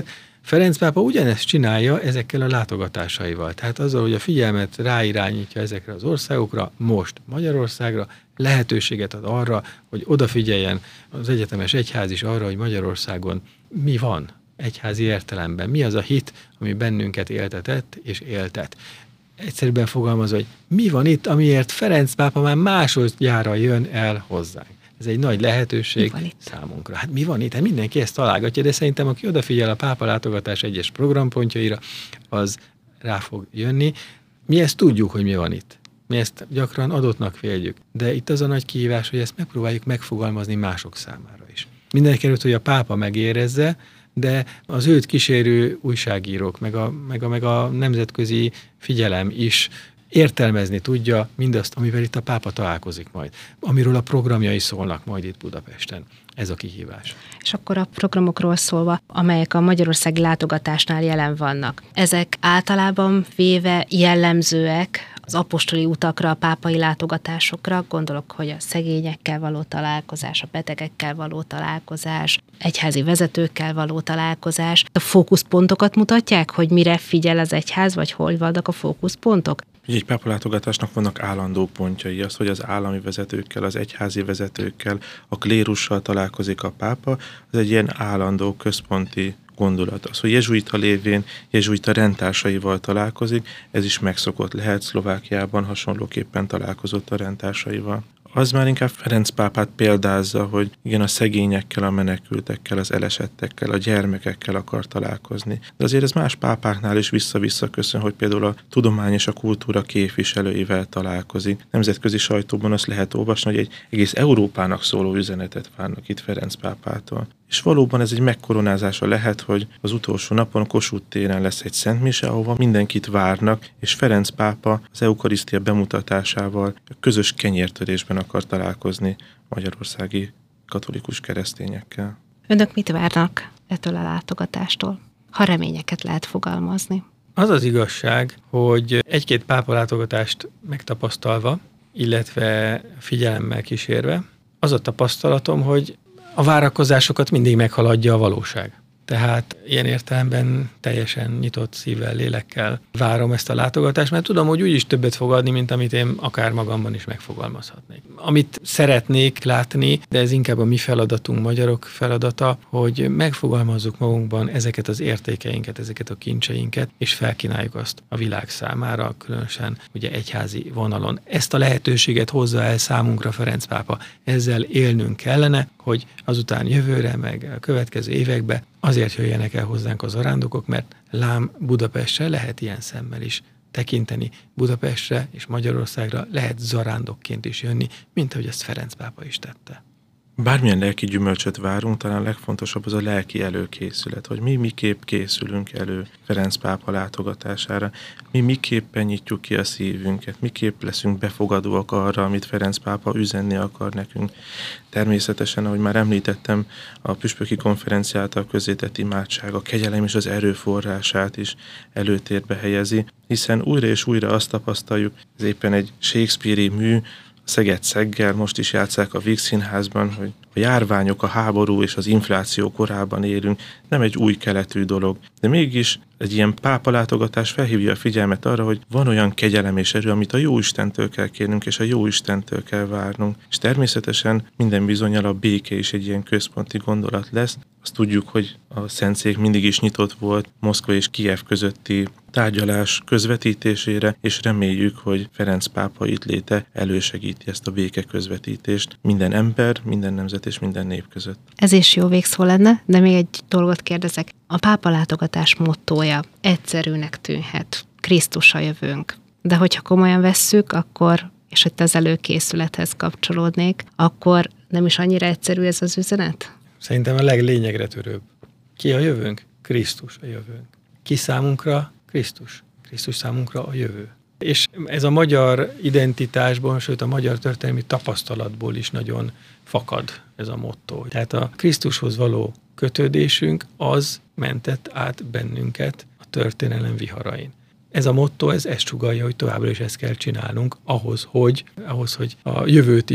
Ferenc pápa ugyanezt csinálja ezekkel a látogatásaival. Tehát azzal, hogy a figyelmet ráirányítja ezekre az országokra, most Magyarországra, lehetőséget ad arra, hogy odafigyeljen az egyetemes egyház is arra, hogy Magyarországon mi van egyházi értelemben, mi az a hit, ami bennünket éltetett és éltet. Egyszerűen fogalmazva, hogy mi van itt, amiért Ferenc pápa már másodjára jön el hozzánk. Ez egy nagy lehetőség számunkra. Hát mi van itt? Hát mindenki ezt találgatja, de szerintem aki odafigyel a pápa látogatás egyes programpontjaira, az rá fog jönni. Mi ezt tudjuk, hogy mi van itt. Mi ezt gyakran adottnak véljük. De itt az a nagy kihívás, hogy ezt megpróbáljuk megfogalmazni mások számára is. Mindenekelőtt, hogy a pápa megérezze, de az őt kísérő újságírók, meg a nemzetközi figyelem is értelmezni tudja mindazt, amivel itt a pápa találkozik majd, amiről a programjai szólnak majd itt Budapesten. Ez a kihívás. És akkor a programokról szólva, amelyek a magyarországi látogatásnál jelen vannak. Ezek általában véve jellemzőek az apostoli utakra, a pápai látogatásokra, gondolok, hogy a szegényekkel való találkozás, a betegekkel való találkozás, egyházi vezetőkkel való találkozás. A fókuszpontokat mutatják, hogy mire figyel az egyház, vagy hol vannak a fókuszpontok? Egy pápalátogatásnak vannak állandó pontjai, az, hogy az állami vezetőkkel, az egyházi vezetőkkel, a klérussal találkozik a pápa, az egy ilyen állandó központi gondolat. Az, hogy jezsuita lévén, jezsuita rendtársaival találkozik, ez is megszokott lehet, Szlovákiában hasonlóképpen találkozott a rendtársaival. Az már inkább Ferenc pápát példázza, hogy igen, a szegényekkel, a menekültekkel, az elesettekkel, a gyermekekkel akar találkozni. De azért ez más pápáknál is vissza-vissza köszön, hogy például a tudomány és a kultúra képviselőivel találkozik. Nemzetközi sajtóban azt lehet olvasni, hogy egy egész Európának szóló üzenetet várnak itt Ferenc pápától. És valóban ez egy megkoronázása lehet, hogy az utolsó napon Kossuth téren lesz egy szentmise, ahova mindenkit várnak, és Ferenc pápa az eukarisztia bemutatásával a közös kenyértörésben akar találkozni magyarországi katolikus keresztényekkel. Önök mit várnak ettől a látogatástól, ha reményeket lehet fogalmazni? Az az igazság, hogy egy-két pápa látogatást megtapasztalva, illetve figyelemmel kísérve, az a tapasztalatom, hogy a várakozásokat mindig meghaladja a valóság. Tehát ilyen értelemben teljesen nyitott szívvel, lélekkel várom ezt a látogatást, mert tudom, hogy úgyis többet fog adni, mint amit én akár magamban is megfogalmazhatnék. Amit szeretnék látni, de ez inkább a mi feladatunk, magyarok feladata, hogy megfogalmazzuk magunkban ezeket az értékeinket, ezeket a kincseinket, és felkínáljuk azt a világ számára, különösen ugye egyházi vonalon. Ezt a lehetőséget hozza el számunkra Ferenc pápa. Ezzel élnünk kellene, hogy azután jövőre, meg a következő években azért jöjjenek el hozzánk az arándokok, mert lám Budapestre lehet ilyen szemmel is tekinteni, Budapestre és Magyarországra lehet zarándokként is jönni, mint ahogy ezt Ferenc pápa is tette. Bármilyen lelki gyümölcsöt várunk, talán a legfontosabb az a lelki előkészület, hogy mi miképp készülünk elő Ferenc pápa látogatására, mi miképpen nyitjuk ki a szívünket, miképp leszünk befogadóak arra, amit Ferenc pápa üzenni akar nekünk. Természetesen, ahogy már említettem, a püspöki konferencia által közzétett imádság, a kegyelem és az erőforrását is előtérbe helyezi, hiszen újra és újra azt tapasztaljuk, ez éppen egy Shakespeare-i mű, Szeged-Szeggel, most is játsszák a Víg Színházban, hogy a járványok, a háború és az infláció korában élünk, nem egy új keletű dolog. De mégis egy ilyen pápa látogatás felhívja a figyelmet arra, hogy van olyan kegyelem és erő, amit a Jóistentől kell kérnünk, és a Jóistentől kell várnunk. És természetesen minden bizonnyal a béke is egy ilyen központi gondolat lesz. Azt tudjuk, hogy a Szentszék mindig is nyitott volt Moszkva és Kijev közötti tárgyalás közvetítésére, és reméljük, hogy Ferenc pápa itt léte elősegíti ezt a béke közvetítést minden ember, minden nemzet és minden nép között. Ez is jó végszó lenne, de még egy dolgot kérdezek. A pápa látogatás mottója egyszerűnek tűnhet, Krisztus a jövőnk. De hogyha komolyan vesszük, akkor, és hogy az előkészülethez kapcsolódnék, akkor nem is annyira egyszerű ez az üzenet? Szerintem a leglényegre törőbb. Ki a jövőnk? Krisztus a jövőnk. Ki számunkra? Krisztus. Krisztus számunkra a jövő. És ez a magyar identitásból, sőt a magyar történelmi tapasztalatból is nagyon fakad ez a motto. Tehát a Krisztushoz való kötődésünk az mentett át bennünket a történelem viharain. Ez a motto, ez ezt sugallja, hogy továbbra is ezt kell csinálnunk ahhoz, hogy a jövőt is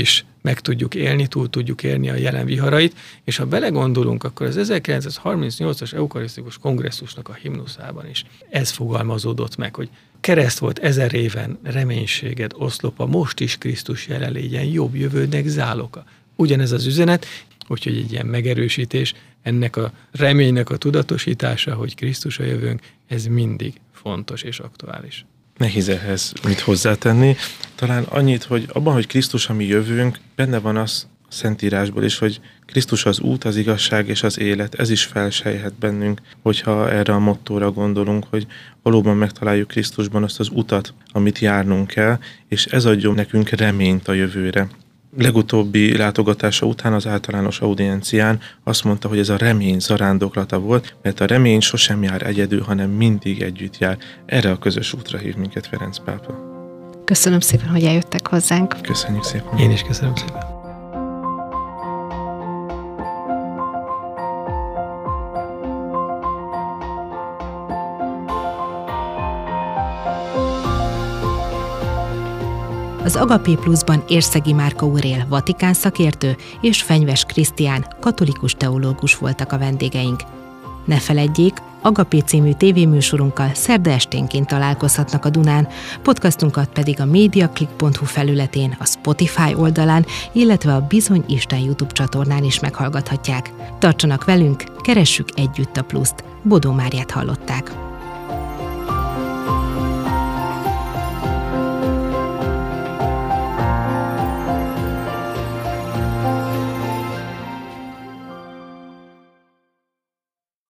meg tudjuk élni, túl tudjuk élni a jelen viharait, és ha belegondolunk, akkor az 1938-as eukarisztikus kongresszusnak a himnuszában is ez fogalmazódott meg, hogy kereszt volt 1000 éven, reménységed oszlopa, most is Krisztus jelenlégyen, jobb jövődnek záloga. Ugyanez az üzenet, úgyhogy egy ilyen megerősítés, ennek a reménynek a tudatosítása, hogy Krisztus a jövőnk, ez mindig fontos és aktuális. Nehéz ehhez mit hozzátenni. Talán annyit, hogy abban, hogy Krisztus a mi jövőnk, benne van az a Szentírásból is, hogy Krisztus az út, az igazság és az élet. Ez is felsejhet bennünk, hogyha erre a mottóra gondolunk, hogy valóban megtaláljuk Krisztusban azt az utat, amit járnunk kell, és ez adjon nekünk reményt a jövőre. Legutóbbi látogatása után az általános audiencián azt mondta, hogy ez a remény zarándoklata volt, mert a remény sosem jár egyedül, hanem mindig együtt jár. Erre a közös útra hív minket Ferenc pápa. Köszönöm szépen, hogy eljöttek hozzánk. Köszönjük szépen. Én is köszönöm szépen. Az Agapé Pluszban Érszegi Márka úr él, vatikán szakértő, és Fenyves Krisztián, katolikus teológus voltak a vendégeink. Ne feledjék, Agapé című tévéműsorunkkal szerda esténként találkozhatnak a Dunán, podcastunkat pedig a mediaclick.hu felületén, a Spotify oldalán, illetve a Bizony Isten YouTube csatornán is meghallgathatják. Tartsanak velünk, keressük együtt a pluszt. Bodó Máriát hallották.